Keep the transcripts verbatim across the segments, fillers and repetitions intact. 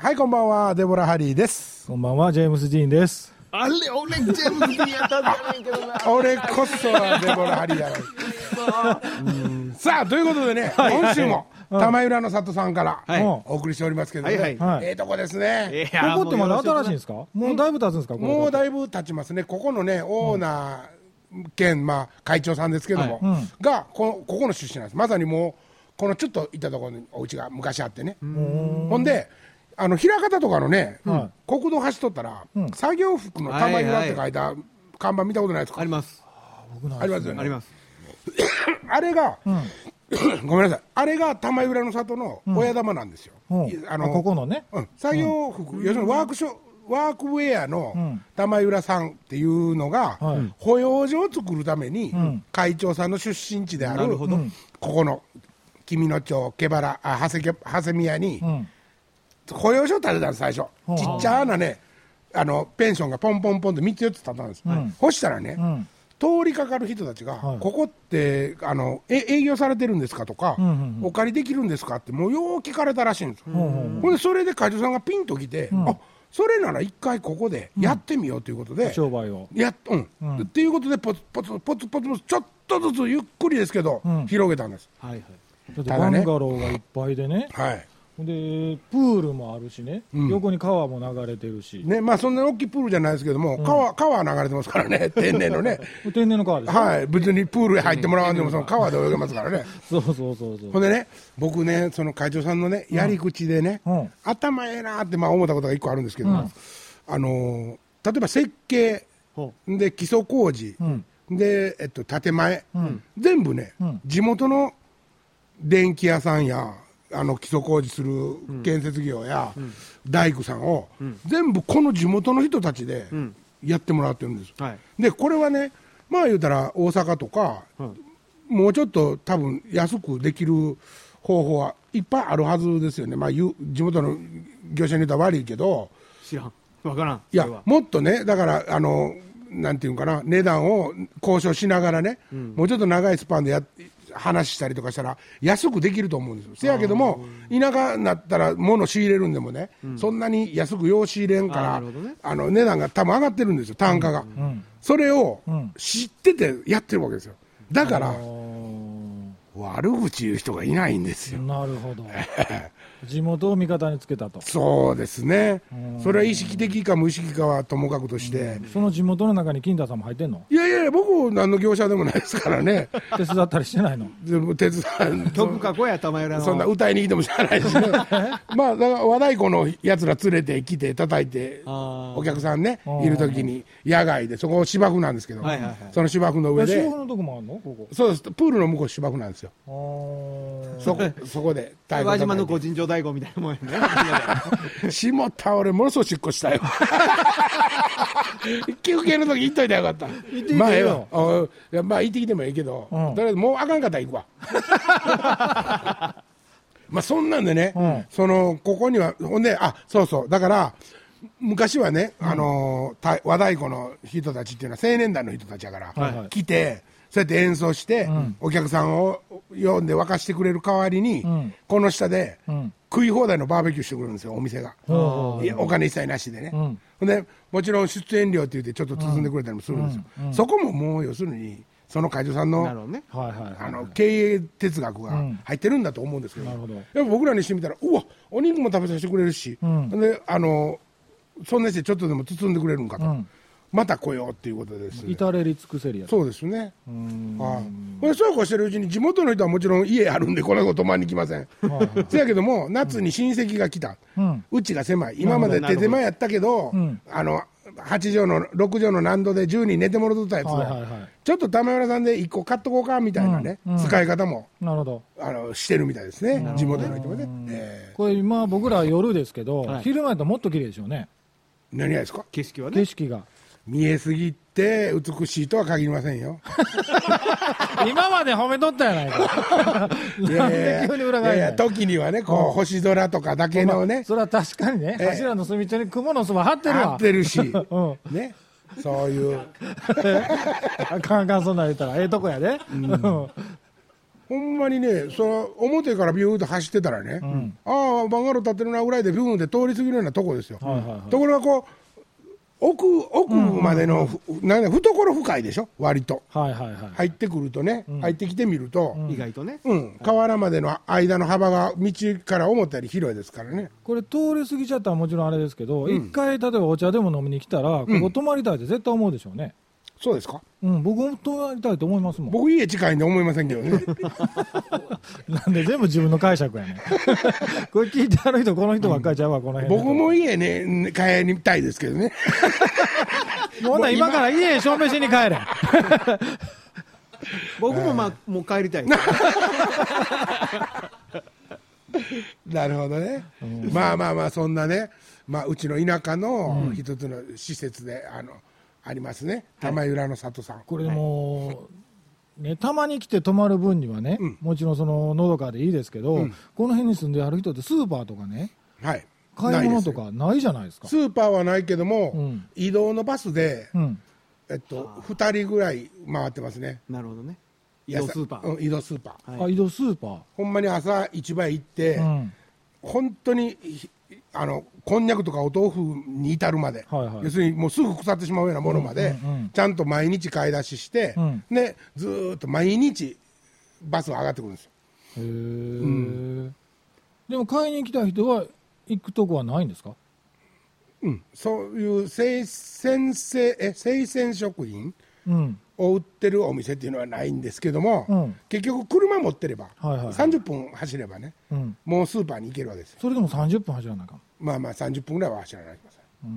はい、こんばんは、デボラ・ハリーです。 こんばんは、ジェームス・ディーンです。 あれ、俺ジェームス・ディーンやったんじゃねえけどな。 俺こそはデボラ・ハリーやないさあ、ということでね、 はい今週も、 はい玉浦の里さんから、 はいお送りしておりますけどね、 はいはいええとこですね。 いやここってまだ新しいんですか？ か？もうだいぶ経つんですか？これもうだいぶ経ちますね。ここのね、オーナー兼、まあ、会長さんですけども、 はいうんがこの、ここの出身なんです。まさにもう、このちょっと行ったところにお家が昔あってね。ほんで、あの枚方とかのね、 はい国道走っとったら、 うん作業服の玉浦って書いた看板見たことないですか？ あります。 ありますよね。 あります。 あれが、 うんごめんなさい、あれが玉浦の里の親玉なんですよ。 うんいあここのねうん、作業服、要するにワークショワークウェアのうん玉浦さんっていうのが、 はい保養所を作るために、 ん会長さんの出身地である、 なるほどうんここの君野町毛原あ長谷家長谷宮に、 うん保養所を建てたんです最初、 うんちっちゃなねあのペンションがポンポンポンとみっつよっつ建ったんです、 んそしたらね、 うん通りかかる人たちが、 はいここってあのえ営業されてるんですかとか、 うんうんうんお借りできるんですかってもうよう聞かれたらしいんですよ、 うんうんほんでそれで会長さんがピンときて、 んあそれなら一回ここでやってみようということで、 商売をやっうんうんっていうことでポツポツポツポツポツちょっとずつゆっくりですけど、 うん広げたんです。 はいはい。 だってただねバンガローがいっぱいでねはいでプールもあるしね、 うん横に川も流れてるし、 ねまあ、そんな大きいプールじゃないですけども、川川は流れてますからね、天然のね、 天然の川でしょ、 はい、別にプールへ入ってもらわんでも、その川で泳げますからね。 そうそうそうそうほんでね、僕ね、その会長さんのね、やり口でね、 うん頭ええなってまあ思ったことが一個あるんですけど、 うんあのー例えば設計ほで基礎工事、 うんで、えっと、建前、 ん全部ね、 うん地元の電気屋さんやあの基礎工事する建設業や、大工さんを、全部この地元の人たちでんやってもらってるんです。 う。はい。 でこれはね、まあ言うたら大阪とか、もうちょっと多分安くできる方法はいっぱいあるはずですよね、まあ、言う地元の業者に言うたら悪いけど、 知らん。わからん。 いやそれはもっとね、だからあのなんていうんかな、値段を交渉しながらね、もうちょっと長いスパンでや話したりとかしたら安くできると思うんですよ。せやけども田舎になったら物仕入れるんでもね、そんなに安くよう仕入れんから、 あーなるほどねあの値段が多分上がってるんですよ、単価が、 んそれをん知っててやってるわけですよ。だからあー悪口言う人がいないんですよ。 なるほど地元を味方につけたと、 そうですね、それは意識的か無意識かはともかくとして、 その地元の中に金田さんも入ってんの？ いやいや、僕、何の業者でもないですからね、 手伝ったりしてないの？ でも手伝う、 徳か小や玉浦の。 そんな歌いに来てもしゃあないしね、まあ、だから和太鼓のやつら連れてきて、叩いて、 あーお客さんねあ、ーいるときに、野外で、そこ芝生なんですけど、 はいはいはいその芝生の上でえ芝、生のとこもあるのここ？ そうです、プールの向こう芝生なんですよ、 あーそこそこで太輪鼓叩いて島の御尋常大悟みたいなもんやね。 下田俺ものすごいしっこしたよ休憩の時行っといたらよかった行ってきてよまあええわあいやまあ行ってきてもええけど、 うんとりあえずもうあかんかったら行くわまあそんなんでね、 うんそのここにはほんであそうそうだから昔はね、あのーた和太鼓の人たちっていうのは青年団の人たちやから、 はいはい来てそうやって演奏して、 んお客さんを呼んで沸かしてくれる代わりに、 んこの下で、 うん食い放題のバーベキューしてくれるんですよ、お店が。 ほういやお金一切なしでね、 うんほんでもちろん出演料って言ってちょっと包んでくれたりもするんですよ、そこももう要するにその会長さんのなるほどね。 はいはいはいあの経営哲学が入ってるんだと思うんですけど、 なるほどやっぱ僕らにしてみたらうわお肉も食べさせてくれるし、 んであのそんなしてちょっとでも包んでくれるんかと、 うんまた来ようっていうことですね。 至れり尽くせりやとそうですね。 うんはい。これそうこうしてるうちに地元の人はもちろん家あるんでこの子泊まりに来ません。せやけども夏に親戚が来た。 うんうちが狭い。今まで手狭やったけど、 んあのはち畳のろく畳の難度でじゅうにん寝てもらってたやつを、 はいはいはいちょっと玉浦さんでいっこ買っとこうかみたいなね、 うんうん使い方もなるほど。 あのしてるみたいですね。地元の人もね。えこれ今僕ら夜ですけど、 はい昼間やったらもっと綺麗でしょうね、 ー何がですか？ 景色はね景。色が見えすぎて美しいとは限りませんよ。 今まで褒めとったやないかいやいやい急に裏返るやいや時にはねこう星空とかだけのねそれは確かにね、 ええ柱の隅っちょに雲の巣は張ってるわ合ってるし、 うんね、そういうあかんあかんそんなん言ったらええとこやで、うんほんまにね、その表からビューッと走ってたらね、うん、ああ、バンガロー立ってるなぐらいでビューンで通り過ぎるようなとこですよ。はいはいはい、ところがこう、奥、奥までの、うんうんうん、なん懐深いでしょ、割と。はいはいはい、入ってくるとね、うん、入ってきてみると、 うん、意外とね、 うん、河原までの間の幅が道から思ったより広いですからね。 これ、通り過ぎちゃったらもちろんあれですけど、一、うん、回、例えばお茶でも飲みに来たら、ここ泊まりたいって絶対思うでしょうね。 そうですか、 うん、僕も泊まりたいと思いますもん。 僕家近いんで思いませんけどねなんで全部自分の解釈やねんこれ聞いてある人この人ばっかりちゃうわ、うん、この辺僕も家ね帰りたいですけどねもうな今から家へ証明しに帰れ僕もまあもう帰りたいなるほどね、うん、まあまあまあそんなね、まあ、うちの田舎の一つの施設で、うん、あのありますね、玉浦の里さん、はい、 これでも、はいね、たまに来て泊まる分にはね、うん、もちろんそののどかでいいですけど、うん、この辺に住んである人ってスーパーとかね、はい、買い物とかないじゃないですか。 スーパーはないけども、うん、移動のバスで、うんえっと、ふたりぐらい回ってますね。 なるほどね。移動スーパー、 うん、移動スーパー、 はい、あ移動スーパーほんまに朝市場へ行って、うん、本当にあのこんにゃくとかお豆腐に至るまで、はいはい、要するにもうすぐ腐ってしまうようなものまで、うんうんうん、ちゃんと毎日買い出しして、うん、でずーっと毎日バスが上がってくるんですよ。へー、 うん、でも買いに来た人は行くとこはないんですか？ うん、そういう生鮮性え生鮮食品を売ってるお店っていうのはないんですけども、うん、結局車持ってれば、はいはいはい、さんじゅっぷん走ればね、うん、もうスーパーに行けるわけですよ。 それでもさんじゅっぷん走らないかん。 まあまあさんじゅっぷんぐらいは走らないといけません。うー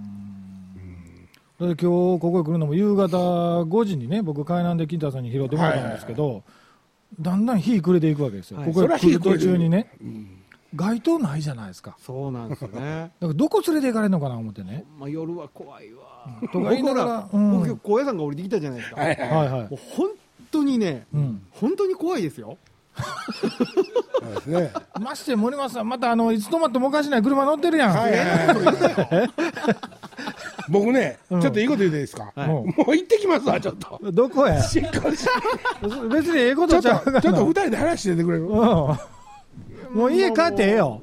ん、だって今日ここへ来るのも夕方ごじにね、僕海南で金太さんに拾ってもらったんですけど、はいはいはい、だんだん日暮れていくわけですよ、はい、ここへ来る途中にね、うん、街灯ないじゃないですか。 そうなんですよねだからどこ連れて行かれるのかな思ってね、 まあ、夜は怖いわとか言いながら、うん、 僕高野山が降りてきたじゃないですか、はいはいはい、もう本当にね、うん、本当に怖いですよそうですね、 まして森松さんまたあのいつ止まってもおかしない車乗ってるやん、はいはいはい、 僕ね、うん、ちょっといいこと言うていいですか、はい、もう行ってきますわちょっとどこへ別にええことちゃうからちょっとふたりで話しててくれる、うん、もう家帰ってええよ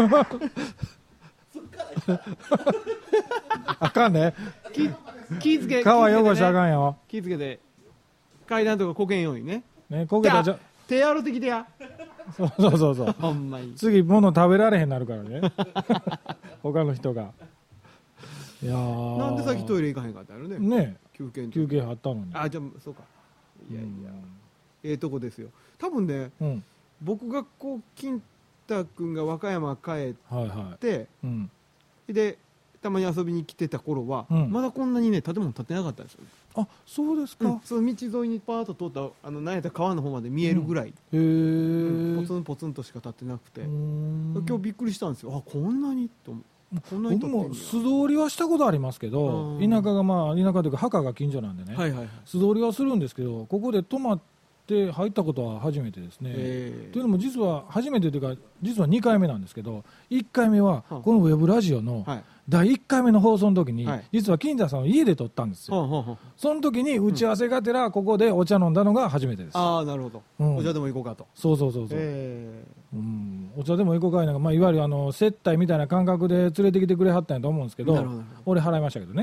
あかんね、 気気ぃつけ川汚しあかんよ、 気ぃつけて階段とかこけんようにね、 ねこけたじゃ手洗ってきてやそうそうそうそうほんまに次物食べられへんなるからね他の人がいやなんでさっきトイレ行かへんかったのねね休憩休憩あったのに、 あじゃあそうかいやいやええとこですよ多分ね、うん、僕がこう金太君が和歌山帰って、はいはいうん、でたまに遊びに来てた頃は、うん、まだこんなにね建物建ってなかったんですよ。 あそうですか、うん、 その道沿いにパーッと通ったあの何やった川の方まで見えるぐらい、うん、へえ、うん、ポツンポツンとしか建ってなくて今日びっくりしたんですよ。あこんなにと思こんなに僕も素通りはしたことありますけど田舎がまあ田舎というか墓が近所なんでね、はいはいはい、素通りはするんですけどここで泊まって入ったことは初めてですね。というのも実は初めてというか実はにかいめなんですけどいっかいめはこのウェブラジオのだいいっかいめの放送の時に、はい、実は金田さんを家で撮ったんですよ、はい、その時に打ち合わせがてらここでお茶飲んだのが初めてです。 ああなるほど、うん、お茶でも行こうかと。 そうそうそうそう、えーうん、お茶でも行こうかいなんか、まあ、いわゆるあの接待みたいな感覚で連れてきてくれはったんやと思うんですけど俺払いましたけどね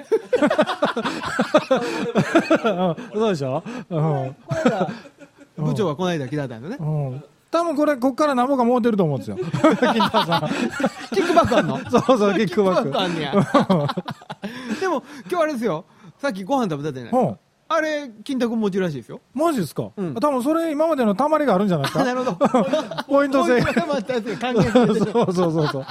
そうでしょ、うん、 部長はこの間来たんだよね、 うん多分これこっから何もかもうてると思うんですよ金太さんキックバックあんのそうそうキックバックあんねやでも今日あれですよさっきご飯食べたじゃないですか、あれ金太君持ちらしいですよ。 マジですか、うん、多分それ今までのたまりがあるんじゃないですか。 なるほどポイント制ポイントがまったやつが還元されてるそうそうそうそう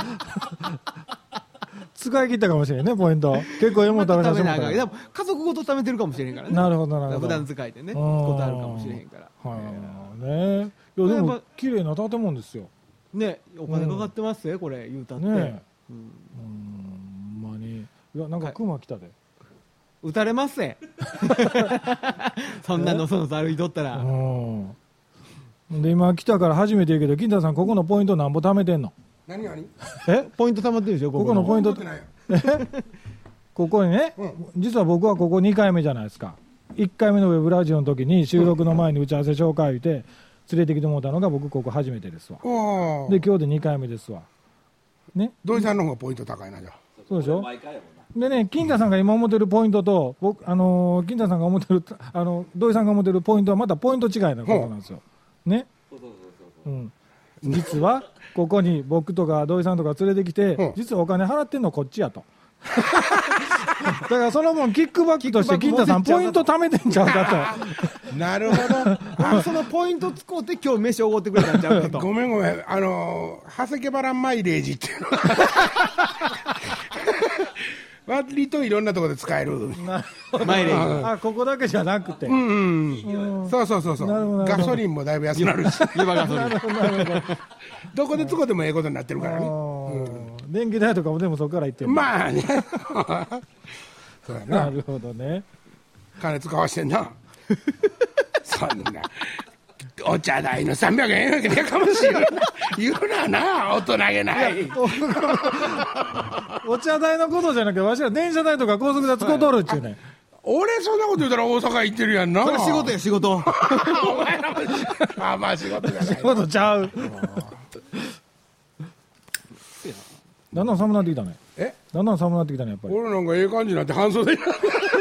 使い切ったかもしれんねポイント結構ええもん食べさせてもらったでも家族ごと貯めてるかもしれへんからね。 なるほどなるほど普段使いでねことあるかもしれへんから。 はい、えー、ねいやでも綺麗な建物ですよね。お金かかってますよ、うん、これ言うたってねえ、うん、 うんまにいやなんか熊来たで、はい、 撃たれますねそんなのそのそ歩いとったら、うん、 で今来たから初めて言うけど金太さんここのポイントなんぼ貯めてんの。 何何えポイント貯まってるでしょここのポイントここにね、うん、実は僕はここにかいめじゃないですか。いっかいめのウェブラジオの時に収録の前に打ち合わせ紹介して連れてきてもらったのが僕ここ初めてですわ。で今日でにかいめですわね。 土井さんの方がポイント高いな。じゃあそうでしょ。でね、金太さんが今思ってるポイントと、僕あのー、金太さんが思ってるあの土井さんが思ってるポイントはまたポイント違いなことなんですよね。うん、実はここに僕とか土井さんとか連れてきて、実はお金払ってんのこっちやとだからその分キックバックとして金太さんポイント貯めてんちゃうかとなるほどあそのポイント使うて今日飯おごってくれたんちゃうかとごめんごめん、あのー、長谷家原マイレージっていうの割といろんなところで使えるマイレージ。 あ、ここだけじゃなくて、 うんうん、そうそうそうそう、ガソリンもだいぶ安くなるし湯葉ガソリンどこで使ってもええことになってるからね、 うん、電気代とかもでもそこから言ってるまあねそうやな。 なるほどね。 金使わしてんなそんなお茶代のさんびゃくえんやけでやかましい言うなな、大人げない。 お茶代のことじゃなくて、わしら電車代とか高速代使うとるっちゅうね。 俺そんなこと言うたら大阪行ってるやんな。 それ仕事や仕事お前らもまあまあ仕事じゃない仕事ちゃうだんだん寒くなってきたね。 えだんだん寒くなってきたね、やっぱり。 俺なんかええ感じになって半袖にな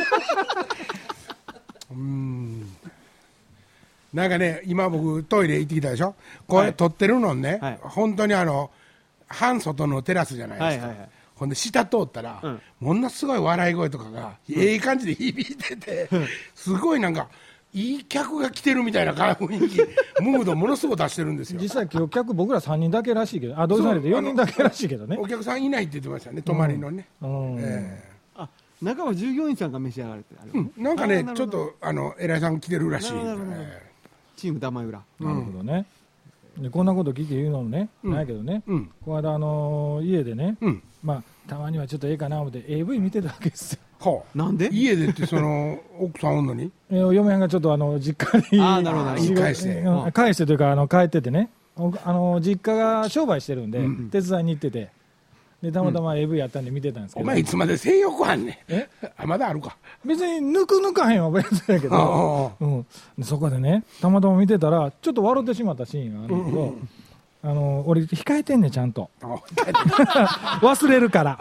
うーんなんかね、今僕トイレ行ってきたでしょ。これ、はい、撮ってるのね、はい、本当にあの半外のテラスじゃないですか、はいはいはい、ほんで下通ったら、うん、ものすごい笑い声とかが、うん、ええ感じで響いてて、うん、すごいなんかいい客が来てるみたいな雰囲気ムードものすごい出してるんですよ。 実際今日客僕らさんにんだけらしいけど、あ、どうされてよにんだけらしいけどね。 お客さんいないって言ってましたね、泊まりのね、うんえー、あ、中は従業員さんが召し上がるってある、 うん、なんかねちょっとあの偉いさん来てるらしい、 チーム玉浦。 なるほどね。でこんなこと聞いて言うのもね、うん、ないけどね、うん、この間、あのー、家でね、うん、まあたまにはちょっとええかな思って エーブイ 見てたわけですよ。 はあ、なんで家でってその奥さんおんのにえ嫁はんがちょっとあの実家にあなるほど返して返してというかあの帰っててね、あの実家が商売してるんで、うん、手伝いに行ってて、でたまたま エーブイ やったんで見てたんですけど、 お前いつまで性欲あんねん。えあまだあるか。 別に抜く抜かへんは別やけど、うん、そこでねたまたま見てたらちょっと笑ってしまったシーンがあるんだけど、うんうん、あの俺控えてんねんちゃんと忘れるから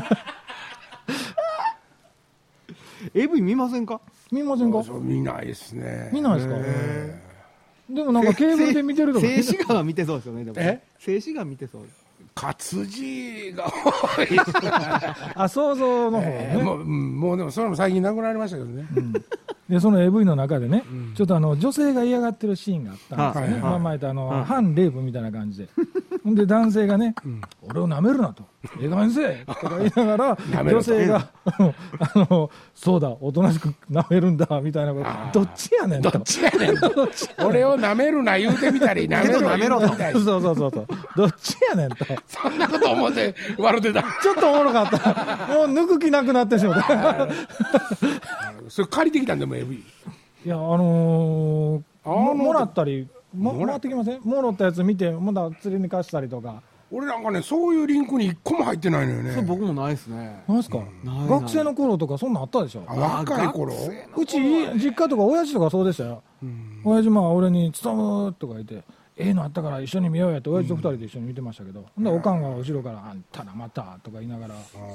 エーブイ 見ませんか。 見ませんか。 見ないですね。 見ないですか。でもなんかケーブルで見てるとか。 静止画は見てそうですよね。でもえ静止画見てそうです。 活字が多いあ、想像の方ね、 えー、もう、もうでもそれも最近なくなりましたけどね、うん、 でその エーブイ の中でね、うん、ちょっとあの女性が嫌がってるシーンがあったんですよね、まあ前とあの、反レイプみたいな感じでで男性がね、うん、俺を舐めるなと、ええかげんせえとか言いながら女性があのそうだおとなしく舐めるんだみたいなことどっちやねんとどっちやねんと俺を舐めるな言うてみたり舐めろ舐めろとそうそうそうそうどっちやねんとそんなこと思って笑ってたちょっとおもろかったもう抜く気なくなってしまったそれ借りてきたんでも エーブイいやあのー、も, もらったりも, もらってきません。もらったやつ見てまだ釣りに貸したりとか。 俺なんかねそういうリンクに一個も入ってないのよね。 それ僕もないですね。 なんですか、うん、学生の頃とかそんなあったでしょ。 あ若い頃うち実家とか親父とかそうでしたよ、うん、親父まあ俺に「勤む」とか言って「ええのあったから一緒に見ようや」って親父と二人で一緒に見てましたけど、うん、でおかんが後ろから「あんたらまた」とか言いながら、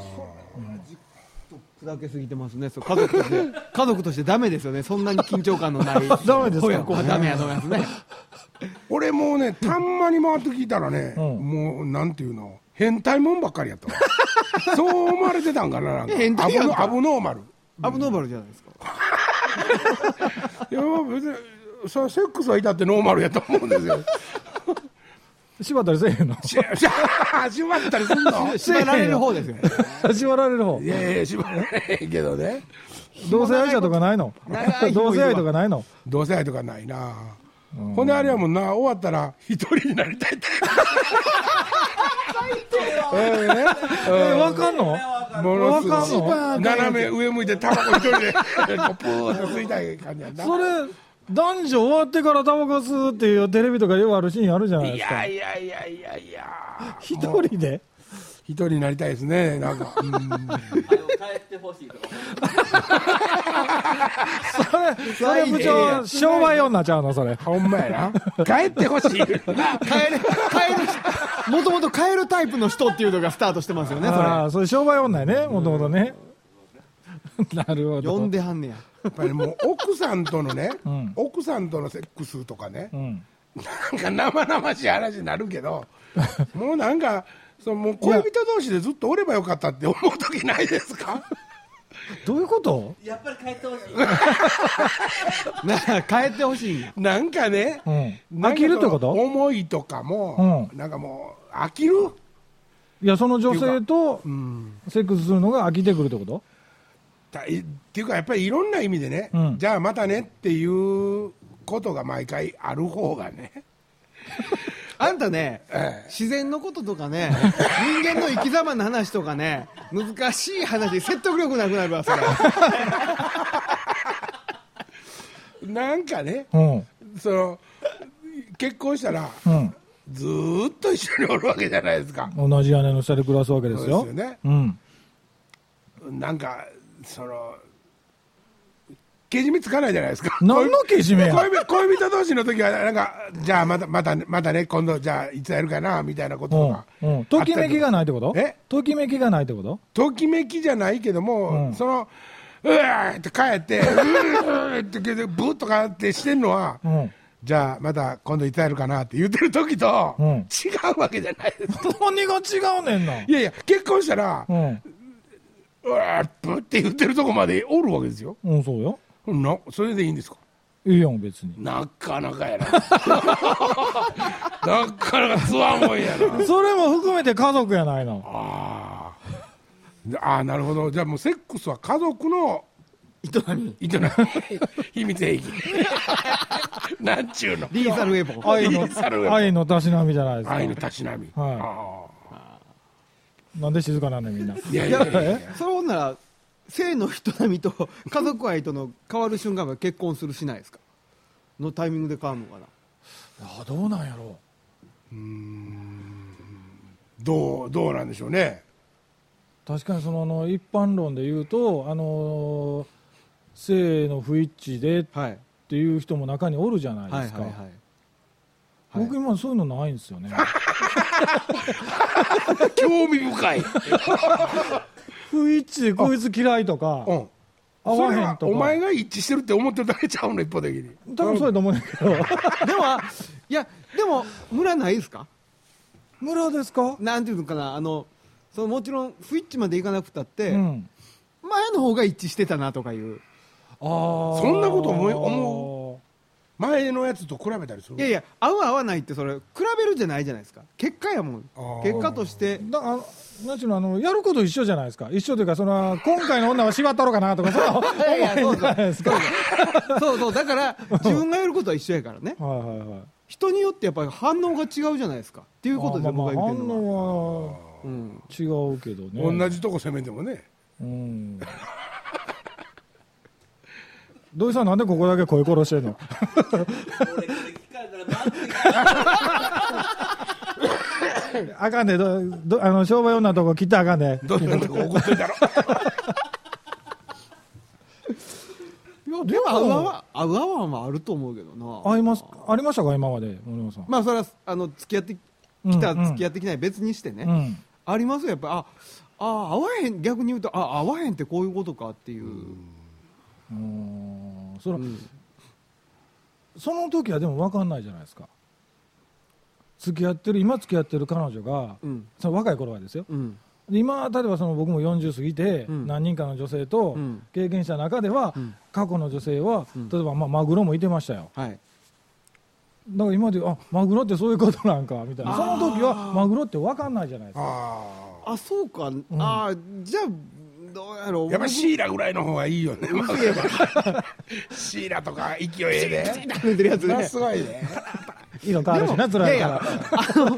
砕けすぎてますね。そう家族として家族としてダメですよね。そんなに緊張感のないダメです親子はダメやと思いますね。 俺もうねたんまに回って聞いたらね、うん、もうなんていうの変態もんばっかりやったわそう思われてたんかな。なんか変態やんか。 アブノーマルアブノーマルじゃないですかいや別にそセックスはいたってノーマルやと思うんですよ縛ったりせえへんの縛ったりすんの縛られる方ですよ縛られる方。 いやいや縛られへんけどね。 同性愛者とかないの同性愛とかないの同性愛とかないな。ほんであれやもんな終わったら一人になりたいってえーねえー、分かんのものすごい斜め上向いてタバコ一人でプーッと吸いたい感じやな。 それ男女終わってからタバコ吸うっていうテレビとかよくあるシーンあるじゃないですか。 いやいやいやいやいや一人で人になりたいですね。なんか、うん、あの帰ってほしいとか。 それ、それ部長商売女ちゃうのそれ。 ほんまやな。帰ってほしい。帰る、帰る、 もともと帰るタイプの人っていうのがスタートしてますよね。それ。 ああ、それ商売女やね、もともとね。なるほど。 呼んではんねや。 やっぱりもう奥さんとのね、うん、奥さんとのセックスとかね、うん、なんか生々しい話になるけど、もうなんかそのもう恋人同士でずっとおればよかったって思う時ないですか？ どういうこと？ やっぱり帰ってほしい。 な帰ってほしい。 なんかね、 うん、飽きるってこと？ 思いとかも、うん、なんかもう飽きる？ いや、その女性とセックスするのが飽きてくるってこと？ っていうかやっぱりいろんな意味でね、うん、じゃあまたねっていうことが毎回ある方がねあんたね、ええ、自然のこととかね人間の生き様の話とかね難しい話で説得力なくなるわそれなんかね、 うん、 その結婚したら、うん、ずーっと一緒におるわけじゃないですか。 同じ屋根の下で暮らすわけですよ。 そうですよね、 うん、 なんかそのけじめつかないじゃないですか。 何のけじめや。 恋, 恋人同士の時はなんかじゃあまたまたまたね今度じゃあいつやるかなみたいなこととか、 うんうん、ときめきがないってこと？え？ときめきがないってこと？ ときめきじゃないけども、うん、そのうわーって帰ってうーってブーッとかってしてんのは、うん、じゃあまた今度いつやるかなって言ってる時と、うん、違うわけじゃないですか。 何が違うねんな。 いやいや結婚したら、うんうわーって言ってるとこまでおるわけですよ。 うん、そうよ。 な、それでいいんですか？ いいやん別に。 なかなかやな。なかなかつわもんやな。 それも含めて家族やないの。 あああ、なるほど。じゃあもうセックスは家族の営み。 営み。秘密兵器。なんちゅうの。 リーサルウェポン。 愛の愛のたしなみじゃないですか。 愛のたしなみ。はい。あなんで静かなんねんみんな。 いやいやいやいやそれほんなら性の営みと家族愛との変わる瞬間が結婚するしないですかのタイミングで変わるのかな。 あどうなんやろう。うーんどうどうなんでしょうね。 確かにそのあの一般論で言うとあの性の不一致でっていう人も中におるじゃないですか。はいはいはいはい、僕今そういうのないんですよね。 興味深い。 不一致でこいつ嫌いとか、うん、合わへんとか。 お前が一致してるって思ってるだけちゃうの一方的に。 多分そうやと思うんだけど。でもいやでもムラないですか？ ムラですか？ なんていうのかなあのそのもちろん不一致までいかなくたって、うん、前の方が一致してたなとかいう。 あそんなこと思い思う。前のやつと比べたりする。 いやいや合う合わないってそれ比べるじゃないじゃないですか。結果やもん。結果としてだあなんちゅうのあのやること一緒じゃないですか。一緒というかその今回の女は縛ったろうかなとかそういやいやそうそうそうそうだから自分がやることは一緒やからね。はいはいはい。人によってやっぱり反応が違うじゃないですか。っていうことで僕が言ってるのは。 反応は、うん、違うけどね。 同じとこ攻めてもね。 うん。土井さんなんでここだけ声殺してんの？あかんねどどあの商売女のとこ切ったらあかんね。 どうなんとこ怒ってたろ。 いやでも合う合わ合う合わんはあると思うけどな。 ありますありましたか今まで森本さん。 まあそれはあの付き合ってきた、うんうん、付き合ってきない別にしてね、うん、ありますよやっぱああ合わへん逆に言うとあ合わへんってこういうことかっていう。 うん、その、うん、その時はでも分かんないじゃないですか。付き合ってる今付き合ってる彼女が、うん、その若い頃はですよ、うん、今例えばその僕もよんじゅう過ぎて、うん、何人かの女性と経験した中では、うん、過去の女性は、うん、例えば、まあ、マグロもいてましたよ、はい、だから今であマグロってそういうことなんかみたいな。その時はマグロって分かんないじゃないですか。 ああそうか、うん、あじゃあどうやろう。 やっぱシーラぐらいの方がいいよね。シーラとか勢いでピチピチって食べてるやつね。 すごいね。 色変わるしなつらいから。あの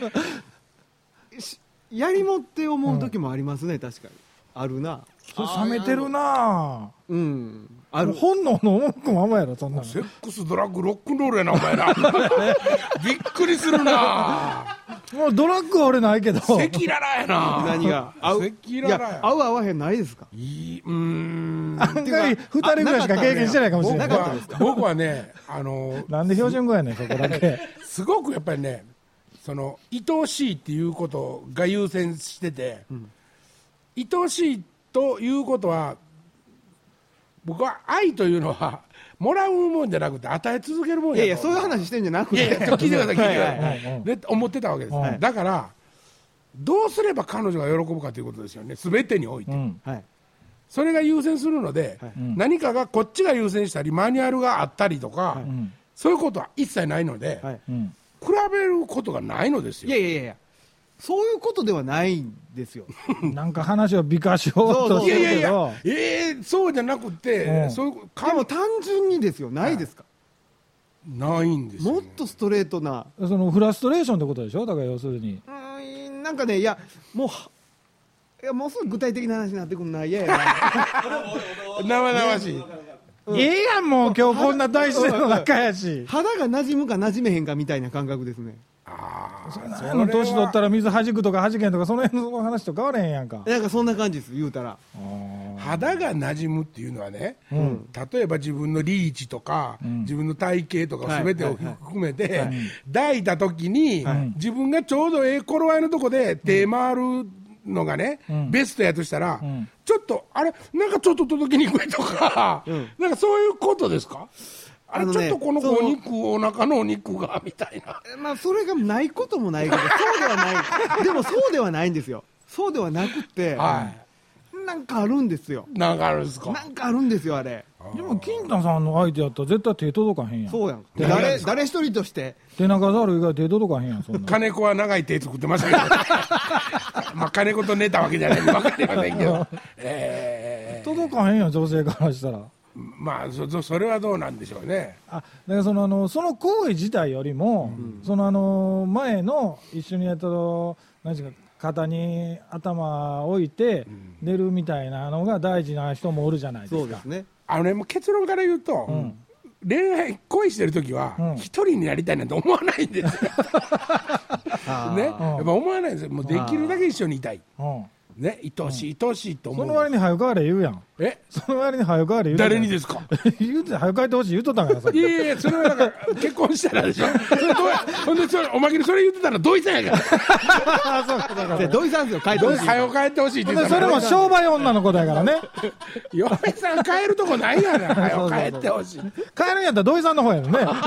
やりもって思う時もありますね、うん、確かにあるな。 それ冷めてるな。 うんある。本能の赴くままやろそんなの。 セックスドラッグロックンロールやなお前ら。びっくりするな。 もうドラッグは俺ないけど。 赤裸々やな。 何が合う。 赤裸々や。いや、合う合わへんないですか。 いいうーん。 案外ふたりぐらいしか経験してないかもしれない。 僕は僕はね、あのなんで標準語やねんそこだけ。 すごくやっぱりね、その愛おしいっていうことが優先してて、うん、愛おしいということは僕は愛というのはもらうもんじゃなくて与え続けるもんやと。 いやいや、そういう話してんじゃなくて、 いやいや、聞いてください、聞いてください。で思ってたわけです、はい、だからどうすれば彼女が喜ぶかということですよね、すべてにおいて、うんはい、それが優先するので、はい、何かがこっちが優先したりマニュアルがあったりとか、はい、そういうことは一切ないので、はい、比べることがないのですよ。 いやいやいや、そういうことではないんですよ。 なんか話を美化しようとしてるけど、いやいやいや、 えー、そうじゃなくて、うん、そういうでも単純にですよ、ないですか、 はい、ないんですよ、ね、 もっとストレートな、 そのフラストレーションってことでしょ、だから要するに、 うん、なんかね、いや、もう、いやもうすぐ具体的な話になってくるな、いやいや、 生々しい。 ええやん、もう今日こんな大自然の中やし、 肌が馴染むか馴染めへんかみたいな感覚ですね。 ああ、そんなの年取ったら水はじくとかはじけんとかその辺の話と変われへんやんか。 なんかそんな感じです、言うたら。 肌が馴染むっていうのはね、うん、例えば自分のリーチとか、うん、自分の体型とか全てを含めて、はいはいはい、抱いた時に、はい、自分がちょうどええ頃合いのとこで手回るのがね、うん、ベストやとしたら、うん、ちょっとあれなんかちょっと届きにくいとか、うん、なんかそういうことですか。あれ、ね、ちょっとこのお肉、お腹のお肉がみたいな、 まあ、それがないこともないけど、そうではないでもそうではないんですよ。そうではなくて、はい、なんかあるんですよ。 なんかあるんですか。 なんかあるんですよ、あれ。 でも金太さんの相手やったら絶対手届かへんやん。 そうやん。誰誰一人として手長ざる以外手届かへんやん。そんな金子は長い手作ってましたけどまあ金子と寝たわけじゃないんで分かりませんけど、えー、届かへんやん、女性からしたら。 まあ そ, それはどうなんでしょうね。 あ、だからそのあのその行為自体よりも、うん、そのあの前の一緒にやったの何ですか、肩に頭を置いて寝るみたいなのが大事な人もおるじゃないですか。 そうですね。 あのね、もう結論から言うと、うん、恋愛恋してるときは一、うん、人になりたいなんて思わないんですよね、やっぱ思わないんですよ。もうできるだけ一緒にいたい、ね、愛おしい愛おしいと思う。 その割に早く帰れ言うやん。 え、 その割に早く帰れ言う。 誰にですか言うて早く帰ってほしい言うとったんからさ。 いやいや、それはなんか結婚したらでしょそれどうや、ほんでそれおまけにそれ言ってたら土井さんやからそうか、だから土井さんですよ、帰ってほしい。 早く帰ってほしいって言ったら、 それも商売女の子だからね嫁さん帰るとこないやな早く帰ってほしい。 帰るんやったら土井さんの方やね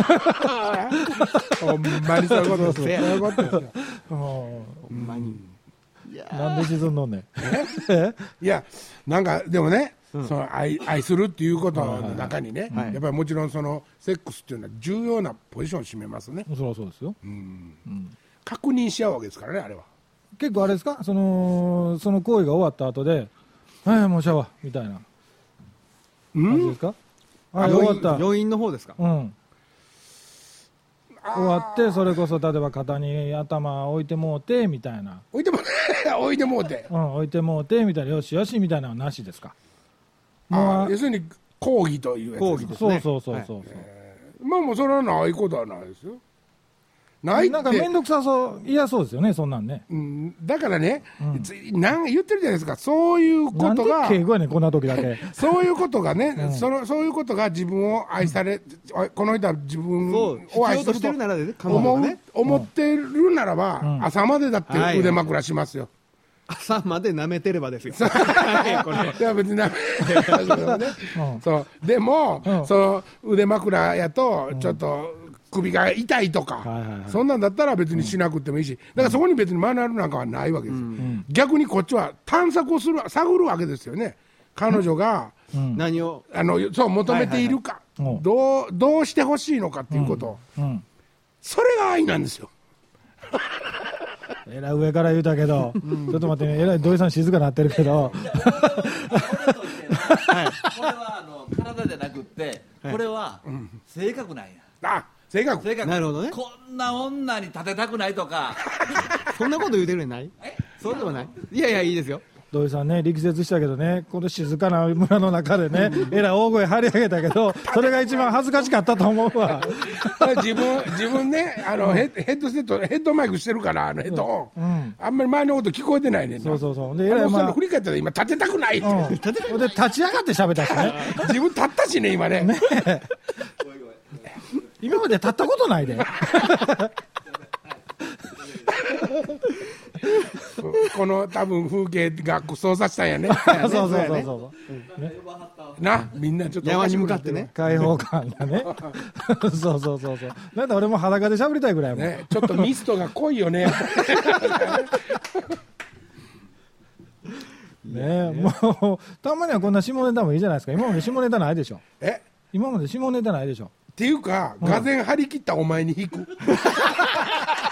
ほんまにそういうことですよ。そういうことですよ。 ほんまに。 なんで沈んどんねんいや、なんかでもね、うん、その 愛, 愛するっていうことの中にね、はいはい、やっぱりもちろんそのセックスっていうのは重要なポジションを占めますね。 そりゃそうですよ、 うんうん、確認し合うわけですからね、あれは。 結構あれですか、そのその行為が終わった後ではいもうシャワーみたいな感じですか。 あ、終わった余韻の方ですか。 うん、終わってそれこそ例えば肩に頭置いてもうてみたいな、 置いても置いてもうて、 うん、置いてもうてみたいな、よしよしみたいなのはなしですか。 まあ要するに講義というやつ講義ですね。 そうそうそうそう、はい、 えー、まあもうそれはないことはないですよ。ないってなんか面倒くさそう嫌そうですよね、そんなんね、 うん、だからね、うん、なん言ってるじゃないですか、そういうことがなんで敬語やねんこんな時だけそういうことがね、うん、そのそういうことが自分を愛され、うん、この人は自分を愛すると思う、ね、思ってるならば、うん、朝までだって腕枕しますよ、はいはい、朝まで舐めてればですよこれいや別に舐めてればね、うん、そうでも、うん、その腕枕やとちょっと、うん、首が痛いとか、はいはいはい、そんなんだったら別にしなくてもいいし、だからそこに別にマニュアルなんかはないわけですよ、うん、逆にこっちは探索をする探るわけですよね。彼女が、 うん、何をあのそう求めているか、はいはいはい、どう、どうしてほしいのかっていうこと、うんうん、それが愛なんですよえらい上から言うたけど、うん、ちょっと待ってね、えらい土井さん静かになってるけどこれはあの体じゃなくって、はい、これは性格なんや、 あ、性格、 性格、 なるほどね。 こんな女に立てたくないとかそんなこと言うてるんない、そうでもない。いやいや、いいですよ。 土井さんね、力説したけどね、この静かな村の中でね、えらい大声張り上げたけど、それが一番恥ずかしかったと思うわ。 自分、自分ね、あの、うん、ヘッドセット、ヘッドマイクしてるから、あのヘッドホン、うん、あんまり周りのこと聞こえてないねんな。 そうそうそう。 で、えらい、まあ、振り返ったら今立てたくないって。うん、 で、立ち上がって喋ったしね。 自分立ったしね、今ね。ね今まで立ったことないで。 この多分風景が操作したんやね。 そうそうそうそう、ね、 な、みんなちょっと山に向かってね、 開放感がね。そうそうそうそう。なんだ俺も裸で喋りたいぐらいもん、 ね、ちょっとミストが濃いよね。 ね、もうたまにはこんな下ネタもいいじゃないですか。今まで下ネタないでしょ。 え？ 今まで下ネタないでしょ。 っていうか、がぜん張り切ったお前に引く。